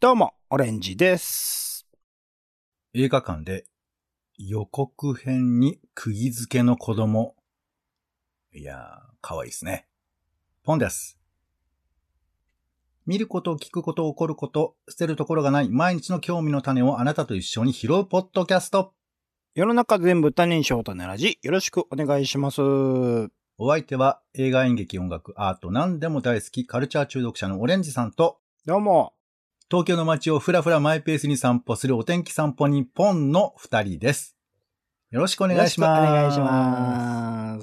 どうも、オレンジです。 映画館で予告編に釘付けの子供。いやー、かわいいですね。ポンです。見ること、聞くこと、起こること、捨てるところがない毎日の興味の種をあなたと一緒に拾うポッドキャスト。 世の中全部他人ショートなラジ、よろしくお願いします。 お相手は映画、演劇、音楽、アート、何でも大好きカルチャー中毒者のオレンジさんと、 どうも。 東京の街をふらふらマイペースに散歩するお天気散歩にポンの二人です。よろしくお願いします。 よろしくお願いします。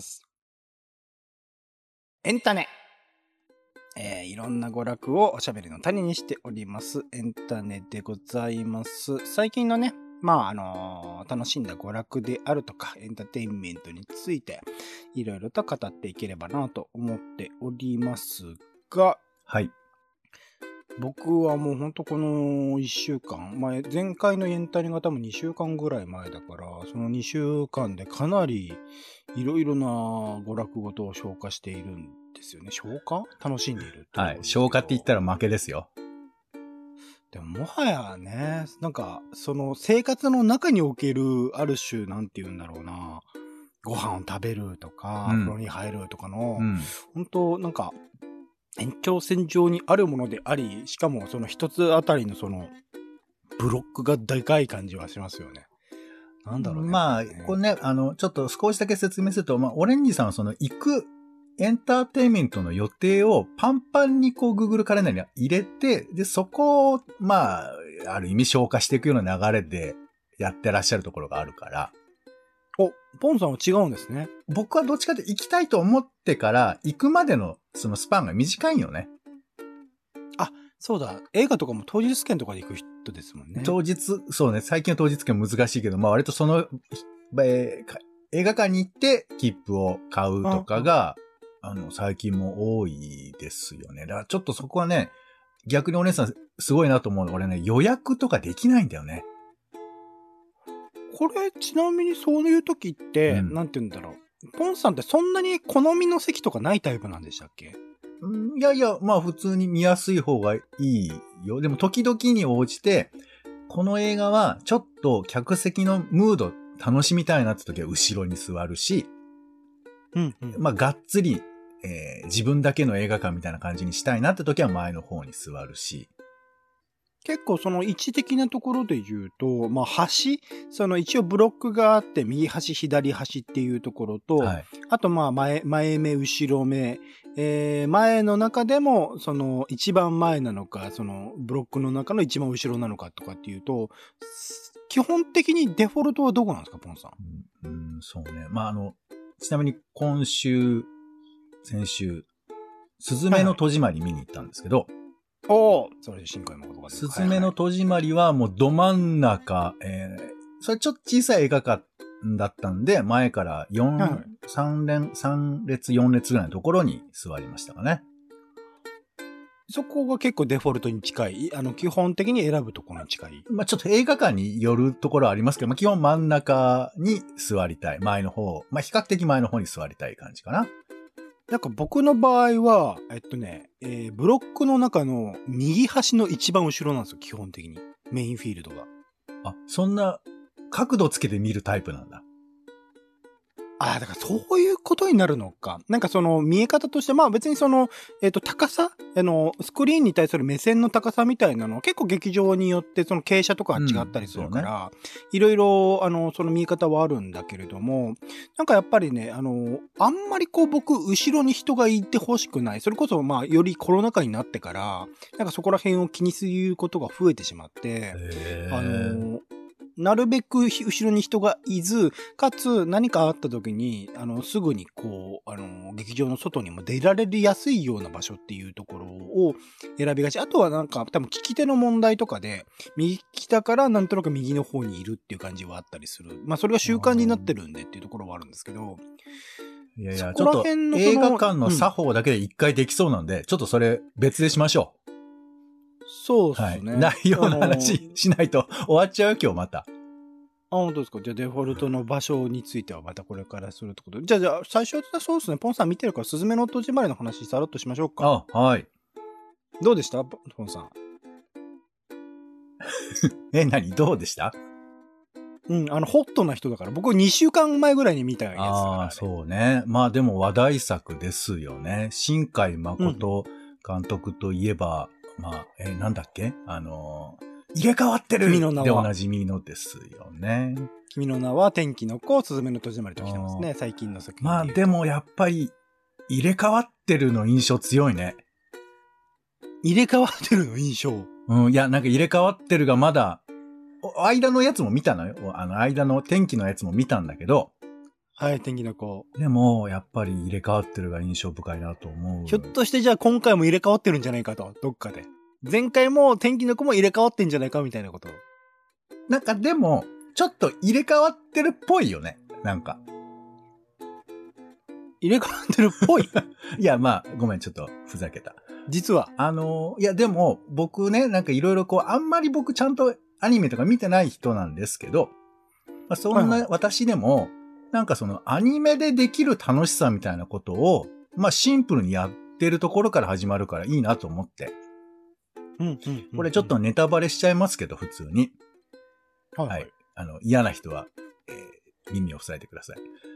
エンタネ。いろんな娯楽をおしゃべりの種にしております。エンタネでございます。最近のね、楽しんだ娯楽であるとか、エンターテインメントについて、いろいろと語っていければなと思っておりますが、 はい。 僕はもうほんとこの1週間前、前回のエンタネが多分2週間ぐらい前だから、その2週間でかなりいろいろな娯楽ごとを消化しているんですよね。消化？楽しんでいる。 はい。消化って言ったら負けですよ。 でももはやね、なんかその生活の中におけるある種なんて言うんだろうな、ご飯を食べるとか、風呂に入るとかの、本当なんか延長線上にあるものであり、しかもその一つあたりのそのブロックがでかい感じはしますよね。なんだろうね。 まあ、これね、ちょっと少しだけ説明すると、オレンジさんはその行くエンターテインメントの予定をパンパンにGoogle カレンダーに入れて、で、そこを、ある意味消化していくような流れでやってらっしゃるところがあるから。 ポンさんは違うんですね。 僕はどっちかって行きたいと思ってから行くまでのそのスパンが短いよね。 あ、そうだ。映画とかも当日券とかで行く人ですもんね。 当日、そうね。最近は当日券難しいけど、割とその、映画館に行って切符を買うとかが、最近も多いですよね。だからちょっとそこはね、逆にお姉さんすごいなと思う。俺ね、予約とかできないんだよね。 これ、ちなみにそういう時って、なんて言うんだろう。ポンさんってそんなに好みの席とかないタイプなんでしたっけ？ いやいや、普通に見やすい方がいいよ。でも時々に応じて、この映画はちょっと客席のムード楽しみたいなって時は後ろに座るし、がっつり、自分だけの映画館みたいな感じにしたいなって時は前の方に座るし。 結構その位置的なところで言うと、端、その一応ブロックがあって右端左端っていうところと、はい、あと前目後ろ目、前の中でもその一番前なのか、そのブロックの中の一番後ろなのかとかっていうと、基本的にデフォルトはどこなんですか、ポンさん。 そうね。ちなみに先週、すずめの戸締まり見に行ったんですけど、 それ新海誠がすずめの戸締まりはもうど真ん中、それちょっと小さい映画館だったんで、前から3列4列ぐらいのところに座りましたかね。 そこが結構デフォルトに近い、基本的に選ぶところに近い。 ちょっと映画館によるところはありますけど、基本真ん中に座りたい。前の方、比較的前の方に座りたい感じかな。 なんか僕の場合は、ブロックの中の右端の一番後ろなんですよ、基本的に。メインフィールドが。 あ、そんな角度つけて見るタイプなんだ。 だからそういうことになるのか。なんかその見え方として、別にその、高さスクリーンに対する目線の高さみたいなの結構劇場によってその傾斜とか違ったりするから、いろいろ、その見え方はあるんだけれども、なんかやっぱりね、あんまり僕、後ろに人がいてほしくない。それこそ、よりコロナ禍になってから、なんかそこら辺を気にすることが増えてしまって、なるべく後ろに人がいず、かつ何かあった時に、すぐに劇場の外にも出られやすいような場所っていうところを選びがち。あとはなんか多分利き手の問題とかで、右利きだからなんとなく右の方にいるっていう感じはあったりする。それが習慣になってるんでっていうところはあるんですけど。 いやいや、ちょっと映画館の作法だけで一回できそうなんで、ちょっとそれ別でしましょう。 そうですね。 内容の話しないと終わっちゃうよ、今日また。 本当ですか。じゃあデフォルトの場所についてはまたこれからするってことで。じゃあ最初はそうですね。ポンさん見てるからすずめの戸締まりの話さらっとしましょうか。 はい。 どうでしたポンさん。 何どうでした？ うん、ホットな人だから、僕2週間前ぐらいに見たやつだから、ね。 ああ、そうね。まあでも話題作ですよね。新海誠監督といえば、まあ、なんだっけ入れ替わってる君の名はでおなじみのですよね。 君の名は天気の子、すずめの戸締まりと来てますね、最近の作品まあでもやっぱり、入れ替わってるの印象強いね。 入れ替わってるの印象。 うん、いや、なんか入れ替わってるがまだ、間のやつも見たのよ。間の天気のやつも見たんだけど。 はい、天気の子。 でも、やっぱり入れ替わってるが印象深いなと思う。 ひょっとしてじゃあ今回も入れ替わってるんじゃないかと、どっかで。前回も天気の子も入れ替わってんじゃないかみたいなこと。 なんかでも、ちょっと入れ替わってるっぽいよね。なんか。 入れ替わってるっぽい。 いや、まあ、ごめん、ちょっとふざけた。 実は。 いや、でも、僕ね、なんかいろいろあんまり僕ちゃんとアニメとか見てない人なんですけど、まあ、そんな私でも、なんかそのアニメでできる楽しさみたいなことを、まあシンプルにやってるところから始まるからいいなと思って。これちょっとネタバレしちゃいますけど、普通に。はい。嫌な人は、耳を塞いでください。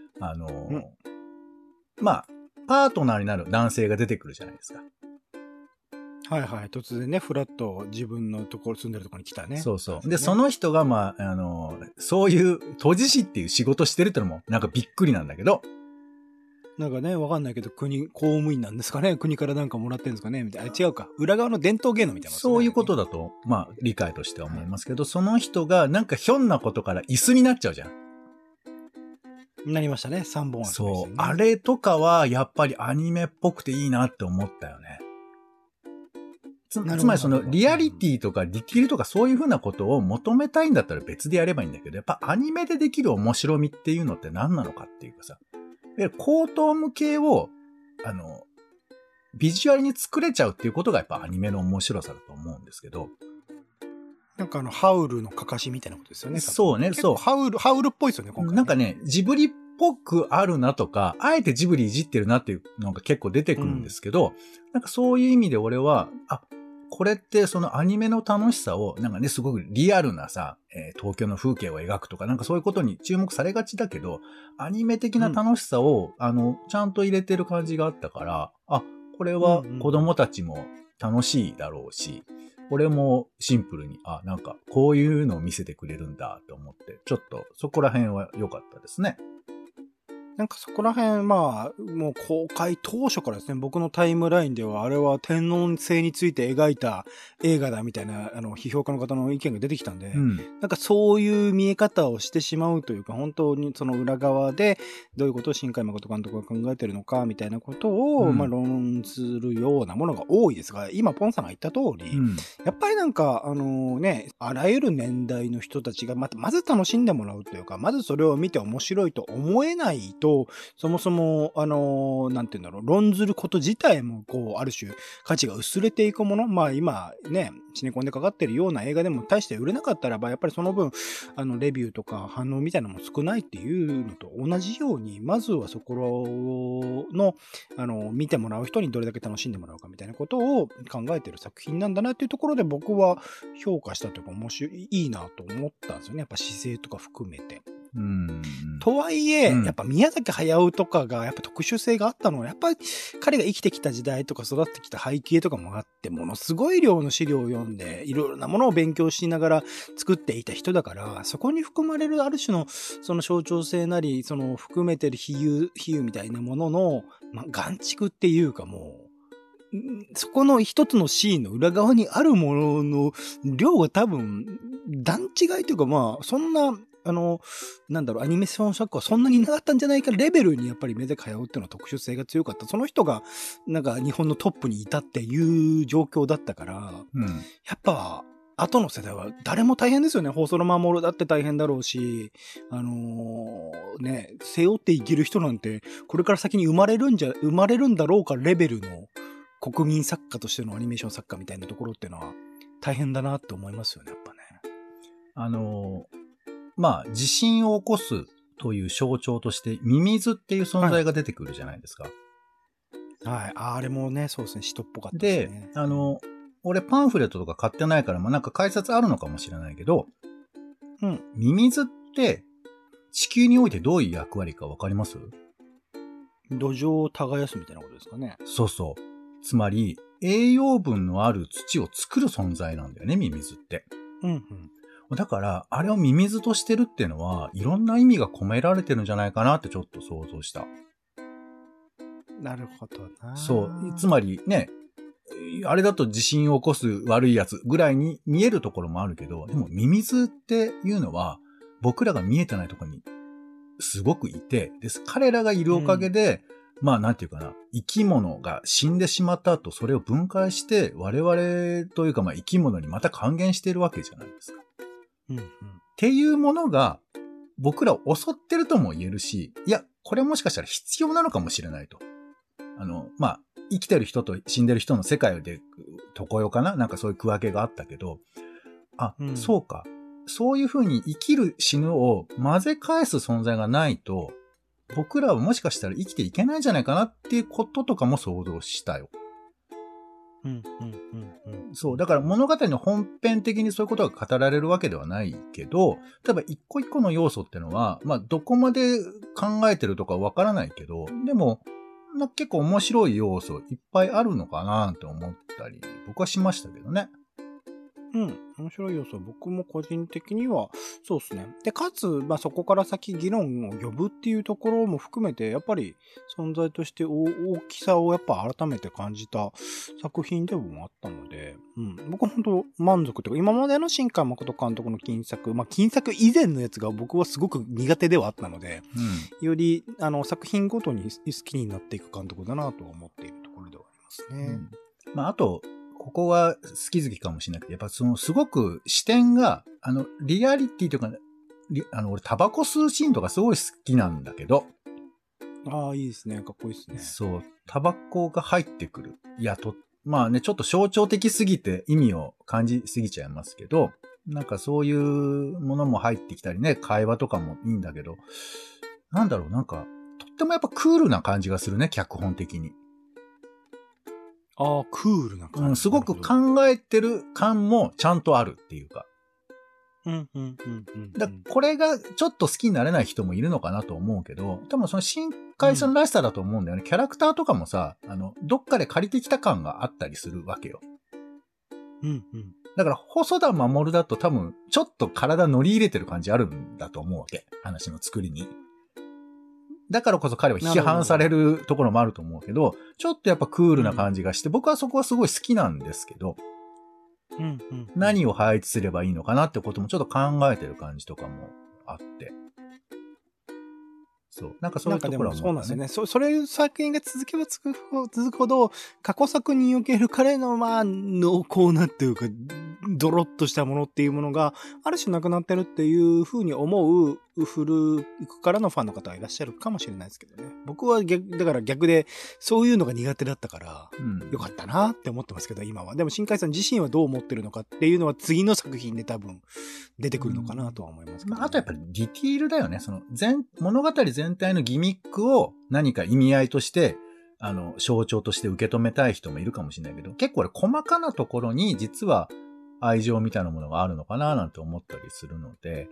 まあ、パートナーになる男性が出てくるじゃないですか。 はいはい。突然ね、フラッと自分のところ、住んでるところに来たね。 そうそう。で、その人が、まあ、そういう当事師っていう仕事してるってのも、なんかびっくりなんだけど。 なんかね、わかんないけど、公務員なんですかね。国からなんかもらってるんですかねみたいな。違うか。裏側の伝統芸能みたいな、ね。 そういうことだと、まあ、理解としては思いますけど、その人が、なんかひょんなことから椅子になっちゃうじゃん。 なりましたね。3本、 ね。そう。あれとかは、やっぱりアニメっぽくていいなって思ったよね。つまりそのリアリティとかリキルとかそういうふうなことを求めたいんだったら別でやればいいんだけど、やっぱアニメでできる面白みっていうのって何なのかっていうかさ、高等無形を、ビジュアルに作れちゃうっていうことがやっぱアニメの面白さだと思うんですけど。 なんかハウルのかかしみたいなことですよね。 そうね、そう。 ハウルっぽいですよね、今回、ね。 なんかね、ジブリっぽくあるなとか、あえてジブリいじってるなっていうのが結構出てくるんですけど、なんかそういう意味で俺は、これってそのアニメの楽しさを、なんかね、すごくリアルなさ、東京の風景を描くとか、なんかそういうことに注目されがちだけど、アニメ的な楽しさを、ちゃんと入れてる感じがあったから、これは子供たちも楽しいだろうし、俺もシンプルに、なんかこういうのを見せてくれるんだと思って、ちょっとそこら辺は良かったですね。 なんかそこら辺、まあ、もう公開当初からですね、僕のタイムラインでは、あれは天皇制について描いた映画だみたいな、批評家の方の意見が出てきたんで、なんかそういう見え方をしてしまうというか、本当にその裏側で、どういうことを新海誠監督が考えてるのか、みたいなことを、まあ論するようなものが多いですが、今、ポンさんが言った通り、やっぱりなんか、あらゆる年代の人たちが、まず楽しんでもらうというか、まずそれを見て面白いと思えないと、そもそも、なんていうんだろう、論ずること自体も、ある種、価値が薄れていくもの。まあ今、ね、シネコンでかかってるような映画でも大して売れなかったらば、やっぱりその分、レビューとか反応みたいなのも少ないっていうのと同じように、まずはそこの、見てもらう人にどれだけ楽しんでもらうかみたいなことを考えてる作品なんだなっていうところで僕は評価したというか面白い、いいなと思ったんですよね。やっぱ姿勢とか含めて。とはいえ、やっぱ宮崎駿とかがやっぱ特殊性があったのは、やっぱり彼が生きてきた時代とか育ってきた背景とかもあって、ものすごい量の資料を読んで、いろいろなものを勉強しながら作っていた人だから、そこに含まれるある種のその象徴性なり、その含めてる比喩みたいなものの、眼蓄っていうかもう、そこの一つのシーンの裏側にあるものの量が多分、段違いというかそんな、なんだろう、アニメーション作家はそんなになかったんじゃないかレベルにやっぱり宮崎駿っていうのは特殊性が強かった。その人が、なんか日本のトップにいたっていう状況だったから、やっぱ、後の世代は誰も大変ですよね。細野守だって大変だろうし、背負って生きる人なんて、これから先に生まれるんだろうかレベルの国民作家としてのアニメーション作家みたいなところっていうのは大変だなって思いますよね、やっぱね。 地震を起こすという象徴として、ミミズっていう存在が出てくるじゃないですか。 はい。あれもね、そうですね、人っぽかったですね。 で、 俺パンフレットとか買ってないから、まあ、なんか解説あるのかもしれないけど、 うん。 ミミズって地球においてどういう役割かわかります？ 土壌を耕すみたいなことですかね。 そうそう。つまり、栄養分のある土を作る存在なんだよね、ミミズって。 うんうん。 だから、あれをミミズとしてるっていうのは、いろんな意味が込められてるんじゃないかなってちょっと想像した。 なるほどな。 そう。つまりね、あれだと地震を起こす悪いやつぐらいに見えるところもあるけど、でもミミズっていうのは、僕らが見えてないところにすごくいて、彼らがいるおかげで、まあなんていうかな、生き物が死んでしまった後、それを分解して、我々というかまあ生き物にまた還元しているわけじゃないですか。 うんうん。 っていうものが、僕らを襲ってるとも言えるし、いや、これもしかしたら必要なのかもしれないと。まあ、生きてる人と死んでる人の世界で、常世かななんかそういう区分けがあったけど、そうか。そういうふうに生きる死ぬを混ぜ返す存在がないと、僕らはもしかしたら生きていけないんじゃないかなっていうこととかも想像したよ。そう。だから物語の本編的にそういうことが語られるわけではないけど、例えば一個一個の要素ってのは、まあどこまで考えてるとかわからないけど、でも、結構面白い要素いっぱいあるのかなと思ったり、僕はしましたけどね。 うん。面白い要素。僕も個人的には、そうですね。で、かつ、まあ、そこから先議論を呼ぶっていうところも含めて、やっぱり存在として大きさをやっぱ改めて感じた作品でもあったので、僕は本当満足というか、今までの新海誠監督の金作、まあ、金作以前のやつが僕はすごく苦手ではあったので、より、作品ごとに好きになっていく監督だなと思っているところではありますね。 まあ、あと、ここは好き好きかもしれないけど、やっぱすごく視点が、リアリティというか、俺タバコ吸うシーンとかすごい好きなんだけど。 ああ、いいですね。かっこいいですね。 そう。タバコが入ってくる。いや、まあね、ちょっと象徴的すぎて意味を感じすぎちゃいますけど、なんかそういうものも入ってきたりね、会話とかもいいんだけど、なんだろう、なんか、とってもやっぱクールな感じがするね、脚本的に。 ああ、クールな感じ。 すごく考えてる感もちゃんとあるっていうか。これがちょっと好きになれない人もいるのかなと思うけど、多分その新海さんらしさだと思うんだよね。キャラクターとかもさ、どっかで借りてきた感があったりするわけよ。だから、細田守だと多分、ちょっと体乗り入れてる感じあるんだと思うわけ。話の作りに。だからこそ彼は批判されるところもあると思うけど、ちょっとやっぱクールな感じがして、僕はそこはすごい好きなんですけど、何を配置すればいいのかなってこともちょっと考えてる感じとかもあって。そう。なんかそういうところは、 そうなんですよね。それ作品が続けば続くほど、過去作における彼のまあ、濃厚なっていうか、ドロッとしたものっていうものが、ある種なくなってるっていうふうに思う、古くからのファンの方はいらっしゃるかもしれないですけどね。僕はだから逆で、そういうのが苦手だったから、よかったなって思ってますけど、今は。でも新海さん自身はどう思ってるのかっていうのは次の作品で多分出てくるのかなとは思いますけど、ね。 あとやっぱりディティールだよね。物語全体のギミックを何か意味合いとして、象徴として受け止めたい人もいるかもしれないけど、結構細かなところに実は愛情みたいなものがあるのかななんて思ったりするので、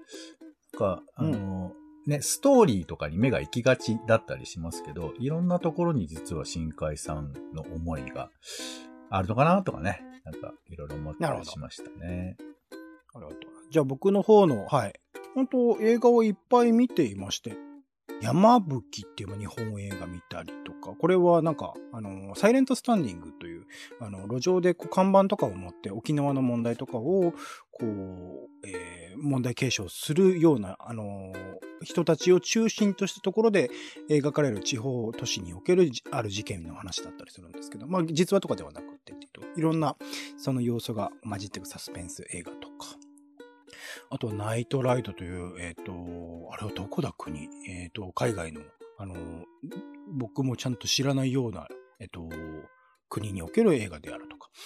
ストーリーとかに目が行きがちだったりしますけど、いろんなところに実は新海さんの思いがあるのかなとかね、なんかいろいろ思ったりしましたね。 なるほど。じゃあ僕の方の、本当映画をいっぱい見ていまして、山吹っていう日本映画見たりとか、これはなんか、サイレントスタンディングという、路上で看板とかを持って沖縄の問題とかを、問題継承するような、人たちを中心としたところで描かれる地方都市におけるある事件の話だったりするんですけど、まあ実話とかではなくて、いろんなその要素が混じっていくサスペンス映画とか、あとはナイトライドという、あれはどこだ国海外の、僕もちゃんと知らないような、国における映画であるとか、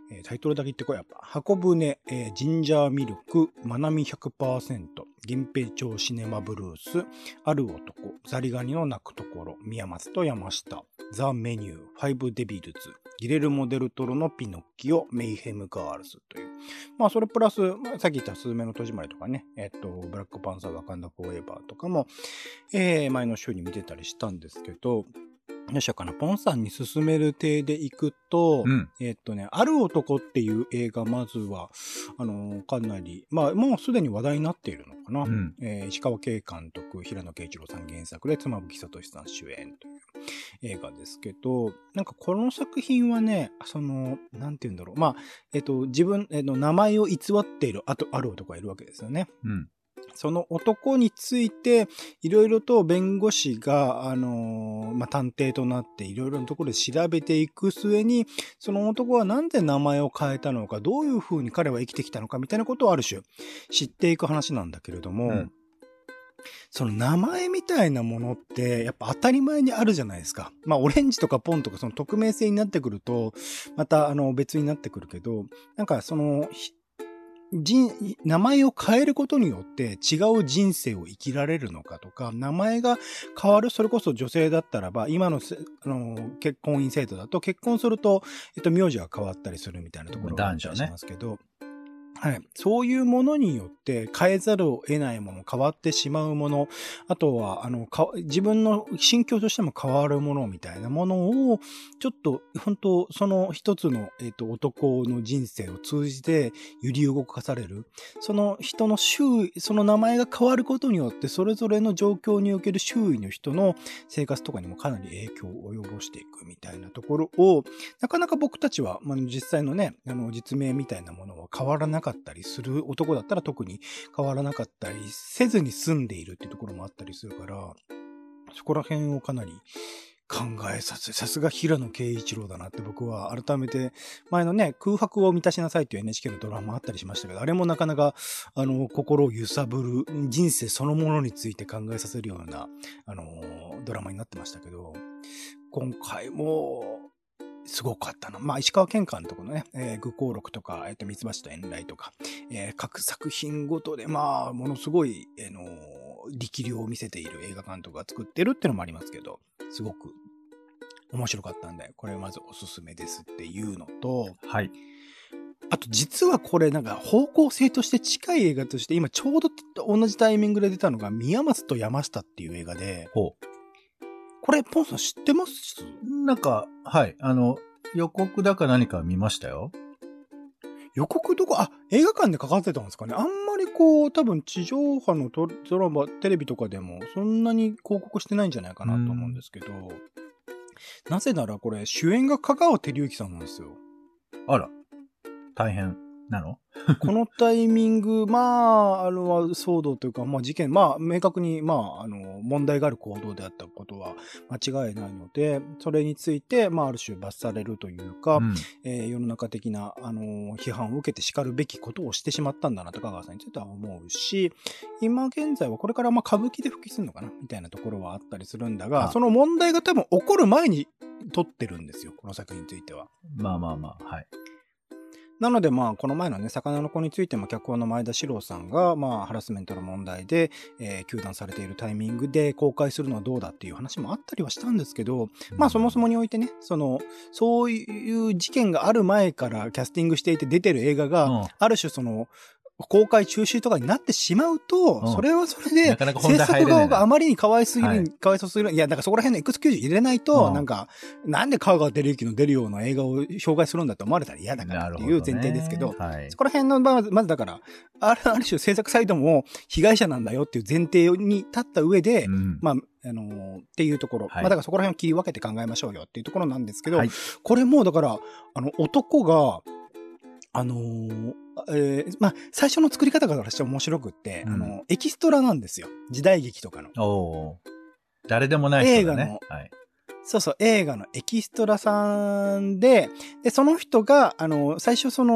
タイトルだけ言ってこい、やっぱ。箱舟、ジンジャーミルク、まなみ 100%、銀平町シネマブルース、ある男、ザリガニの鳴くところ、宮松と山下、ザ・メニュー、ファイブ・デビルズ、ギレルモ・デルトロのピノッキオ、メイヘム・ガールズという。まあ、それプラス、さっき言ったスズメの戸締まりとかね、ブラックパンサー・ワカンダ・フォーエバーとかも、前の週に見てたりしたんですけど、よっしゃかな、ポンさんに勧める体でいくと、ある男っていう映画、まずは、かなり、まあ、もうすでに話題になっているのかな。石川慶監督、平野啓一郎さん原作で、妻夫木聡さん主演という映画ですけど、なんかこの作品はね、なんて言うんだろう。まあ、自分、名前を偽っている、ある男がいるわけですよね。その男について、いろいろと弁護士が、探偵となっていろいろなところで調べていく末に、その男はなんで名前を変えたのか、どういうふうに彼は生きてきたのかみたいなことをある種知っていく話なんだけれども、その名前みたいなものってやっぱ当たり前にあるじゃないですか。まあオレンジとかポンとかその匿名性になってくると、また別になってくるけど、なんかその、名前を変えることによって違う人生を生きられるのかとか、名前が変わる、それこそ女性だったらば、今の結婚姻制度だと結婚すると、名字が変わったりするみたいなところがあったりしますけど、はい。そういうものによって変えざるを得ないもの、変わってしまうもの、あとは、自分の心境としても変わるものみたいなものを、ちょっと、本当その一つの、男の人生を通じて揺り動かされる。その人のその名前が変わることによって、それぞれの状況における周囲の人の生活とかにもかなり影響を及ぼしていくみたいなところを、なかなか僕たちは、実際のね、実名みたいなものは変わらなかったりする、男だったら特に変わらなかったりせずに済んでいるっていうところもあったりするから、そこら辺をかなり考えさすが平野啓一郎だなって僕は改めて、前のね、空白を満たしなさいっていう NHK のドラマあったりしましたけど、あれもなかなか、心を揺さぶる、人生そのものについて考えさせるような、ドラマになってましたけど、今回も、すごかったな。まあ、石川県監督のね、愚行録とか、ミツバチと遠雷とか、各作品ごとで、まあ、ものすごい、力量を見せている映画監督が作ってるってのもありますけど、すごく面白かったんで、これまずおすすめですっていうのと、 はい。 あと実はこれなんか方向性として近い映画として、今ちょうど同じタイミングで出たのが、宮松と山下っていう映画で、これ、ポンさん知ってます？ なんか、はい。予告だか何か見ましたよ。 予告映画館でかかってたんですかね。あんまり多分地上波のドラマ、テレビとかでもそんなに広告してないんじゃないかなと思うんですけど、なぜならこれ主演が香川照之さんなんですよ。 あら、大変なの？ このタイミング、騒動というか、事件、明確に、問題がある行動であったことは間違いないので、それについて、ある種罰されるというか、世の中的な、批判を受けて叱るべきことをしてしまったんだなと、香川さんについては思うし、今現在はこれから歌舞伎で復帰するのかなみたいなところはあったりするんだが、その問題が多分起こる前に撮ってるんですよ、この作品については。 はい。 なのでこの前のね、魚の子についても脚本の前田史郎さんが、ハラスメントの問題で、糾弾されているタイミングで公開するのはどうだっていう話もあったりはしたんですけど、そもそもにおいてね、そういう事件がある前からキャスティングしていて出てる映画が、ある種公開中止とかになってしまうと、それはそれで、制作側があまりにかわいそうすぎる。いや、だからそこら辺のエクスキューズ入れないと、なんで香川照之の出るような映画を紹介するんだと思われたら嫌だからっていう前提ですけど、そこら辺の、まずだから、ある種制作サイドも被害者なんだよっていう前提に立った上で、っていうところ、だからそこら辺を切り分けて考えましょうよっていうところなんですけど、これもだから、男が、最初の作り方からして面白くって、エキストラなんですよ。時代劇とかの。 誰でもない人だね。 映画の、そうそう、映画のエキストラさんで、その人が、最初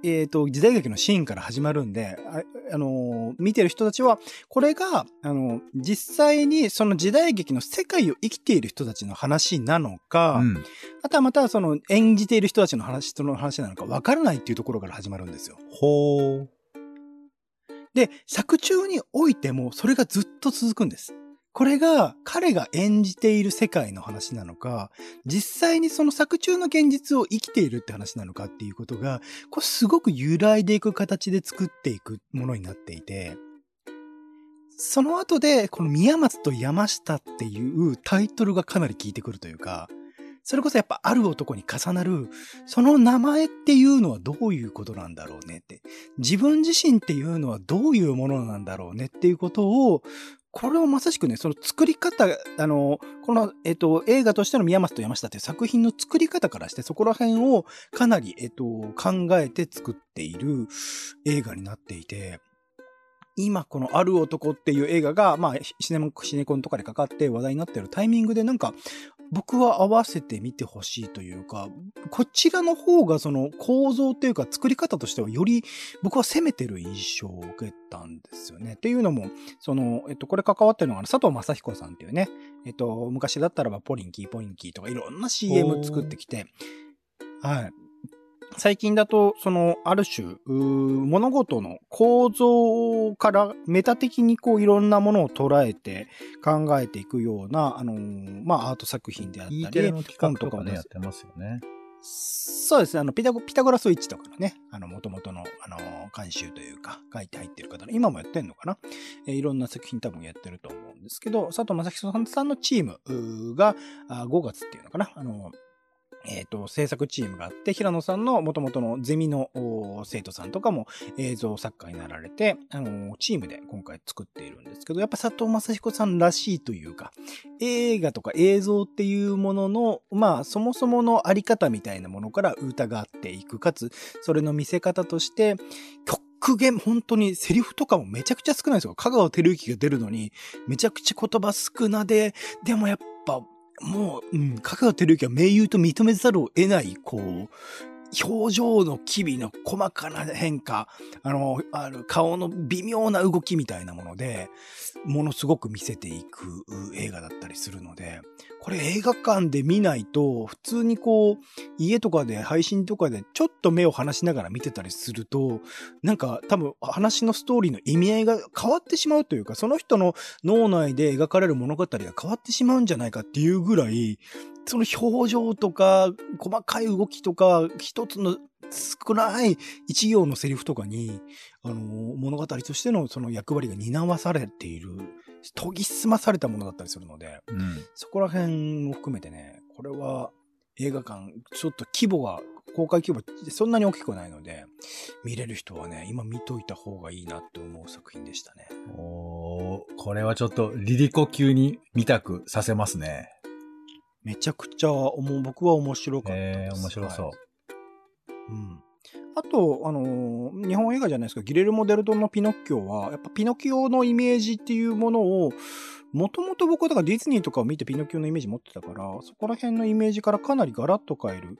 時代劇のシーンから始まるんで、見てる人たちは、これが、実際にその時代劇の世界を生きている人たちの話なのか、 うん。 あとはまたその演じている人たちの話なのか分からないっていうところから始まるんですよ。 ほう。 で、作中においてもそれがずっと続くんです。これが彼が演じている世界の話なのか、実際にその作中の現実を生きているって話なのかっていうことが、これすごく揺らいでいく形で作っていくものになっていて、その後でこの宮松と山下っていうタイトルがかなり効いてくるというか、それこそやっぱある男に重なる、その名前っていうのはどういうことなんだろうねって。自分自身っていうのはどういうものなんだろうねっていうことを、これをまさしくね、その作り方、この、映画としての宮松と山下っていう作品の作り方からして、そこら辺をかなり、考えて作っている映画になっていて、今このある男っていう映画が、まあ、シネコンとかでかかって話題になってるタイミングでなんか、僕は合わせて見てほしいというか、こちらの方がその構造というか作り方としてはより僕は攻めてる印象を受けたんですよね。っていうのも、これ関わってるのが佐藤正彦さんっていうね、昔だったらばポリンキーとかいろんな CM 作ってきて、はい。最近だと、ある種、物事の構造からメタ的にこういろんなものを捉えて考えていくような、まあ、アート作品であったり、 E テレの企画とかね、やってますよね。 そうですね。ピタゴラスイッチとかのね、元々の、監修というか、書いて入ってる方の、今もやってんのかな、いろんな作品多分やってると思うんですけど、佐藤正彦さんのチームが、5月っていうのかな、制作チームがあって、平野さんの元々のゼミの生徒さんとかも映像作家になられて、チームで今回作っているんですけど、やっぱ佐藤正彦さんらしいというか、映画とか映像っていうものの、まあ、そもそものあり方みたいなものから疑っていく。かつ、それの見せ方として、極限、本当にセリフとかもめちゃくちゃ少ないんですよ。香川照之が出るのに、めちゃくちゃ言葉少なで、でもやっぱ、もう、香川照之は名優と認めざるを得ない、こう、表情の機微の細かな変化、顔の微妙な動きみたいなもので、ものすごく見せていく映画だったりするので、これ映画館で見ないと、普通にこう、家とかで配信とかでちょっと目を離しながら見てたりすると、なんか多分話のストーリーの意味合いが変わってしまうというか、その人の脳内で描かれる物語が変わってしまうんじゃないかっていうぐらい、その表情とか、細かい動きとか、一つの少ない一行のセリフとかに、物語としてのその役割が担わされている、研ぎ澄まされたものだったりするので、そこら辺も含めてね、これは映画館、ちょっと公開規模そんなに大きくないので、見れる人はね、今見といた方がいいなって思う作品でしたね。 これはちょっとリリコ級に見たくさせますね。 めちゃくちゃ僕は面白かったです。 面白そう。 はい、あと、日本映画じゃないですか、ギレルモ・デルトンのピノッキオは、やっぱピノキオのイメージっていうものを、もともと僕はだからディズニーとかを見てピノキオのイメージ持ってたから、そこら辺のイメージからかなりガラッと変える。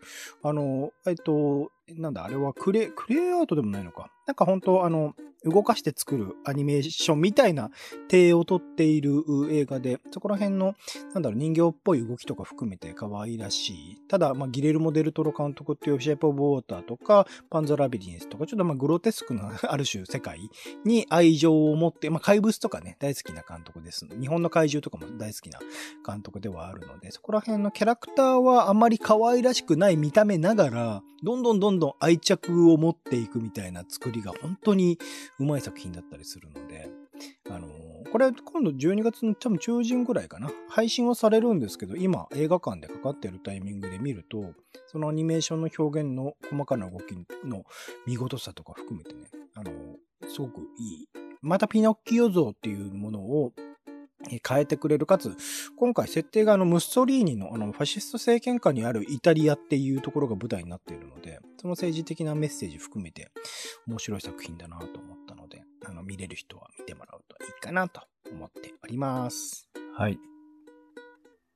なんだ、あれはクレイアートでもないのか。なんか本当動かして作るアニメーションみたいな体をとっている映画で、そこら辺の、なんだろう、人形っぽい動きとか含めて可愛らしい。ただ、ギレルモ・デルトロ監督っていうシェイプ・オブ・ウォーターとか、パンザ・ラビリンスとか、ちょっとグロテスクなある種世界に愛情を持って、怪物とかね、大好きな監督です。日本の怪獣とかも大好きな監督ではあるので、そこら辺のキャラクターはあまり可愛らしくない見た目ながら、どんどん愛着を持っていくみたいな作りが本当にうまい作品だったりするので、これ今度12月の多分中旬ぐらいかな、配信はされるんですけど、今映画館でかかってるタイミングで見ると、そのアニメーションの表現の細かな動きの見事さとか含めてね、すごくいい。またピノッキオ像っていうものを変えてくれる。かつ、今回設定がムッソリーニのファシスト政権下にあるイタリアっていうところが舞台になっているので、その政治的なメッセージ含めて面白い作品だなと思ったので、見れる人は見てもらうといいかなと思っております。 はい。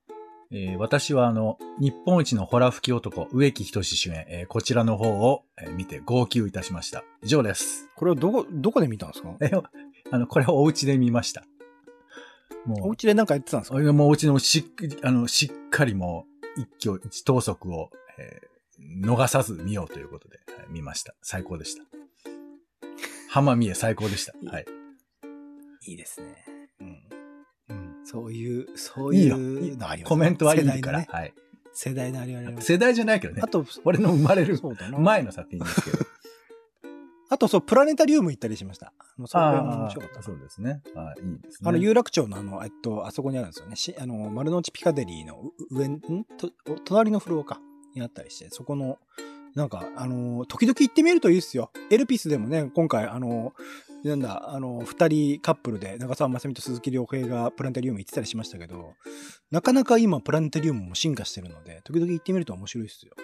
私は日本一のホラ吹き男、植木仁主演、こちらの方を見て号泣いたしました。以上です。 これはどこで見たんですか？ これをお家で見ました。 もうお家でなんかやってたんですか？ もうお家のしっかりもう一等足を、逃さず見ようということで、はい、見ました。最高でした。浜見え最高でした。はい。 いいですね。うん。そういうのありますね。 コメントはいいから。はい。 世代のありあり。 世代じゃないけどね。 あと、 俺の生まれる前の作品ですけど。 あと、プラネタリウム行ったりしました。それも面白かった。 そうですね。いいですね。 有楽町のあそこにあるんですよね。丸の内ピカデリーの隣のフロアか。にあったりして、そこの、なんか、時々行ってみるといいっすよ。エルピスでもね、今回、二人カップルで、長澤まさみと鈴木亮平がプラネタリウム行ってたりしましたけど、なかなか今、プラネタリウムも進化してるので、時々行ってみると面白いっすよ。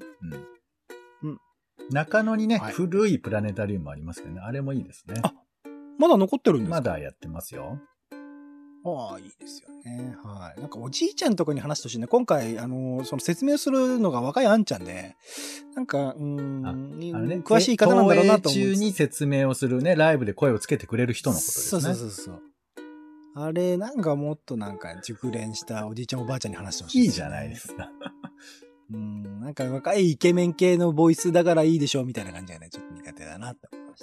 中野にね、古いプラネタリウムありますけどね、あれもいいですね。 あ、まだ残ってるんですか？ まだやってますよ。 ああ、いいですよね。はい。なんかおじいちゃんとかに話してほしいね。今回、その説明するのが若いあんちゃんで、なんか、詳しい方なんだろうなと思う。 中に説明をするね、ライブで声をつけてくれる人のことですね。 そう。あれ、なんかもっとなんか熟練したおじいちゃんおばあちゃんに話してほしい、 いいじゃないですか。 なんか若いイケメン系のボイスだからいいでしょうみたいな感じがね、ちょっと苦手だなって思いました。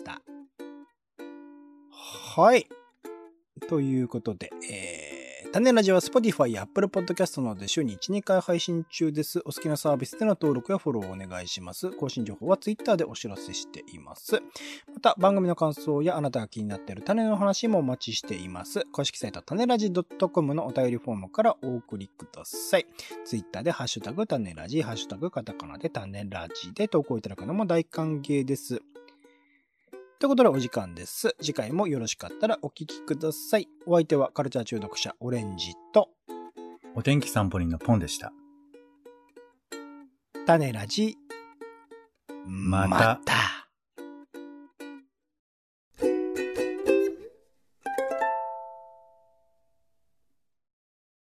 はい。ということで、種ラジは Spotify や Apple Podcast などで週に1、2回配信中です。お好きなサービスでの登録やフォローをお願いします。更新情報は Twitter でお知らせしています。また、番組の感想やあなたが気になっている種の話もお待ちしています。公式サイト種ラジ .com のお便りフォームからお送りください。Twitter でハッシュタグ種ラジ、ハッシュタグカタカナで種ラジで投稿いただくのも大歓迎です。ということでお時間です。次回もよろしかったらお聞きください。お相手はカルチャー中毒者オレンジとお天気散歩人のポンでした。 種ラジまた。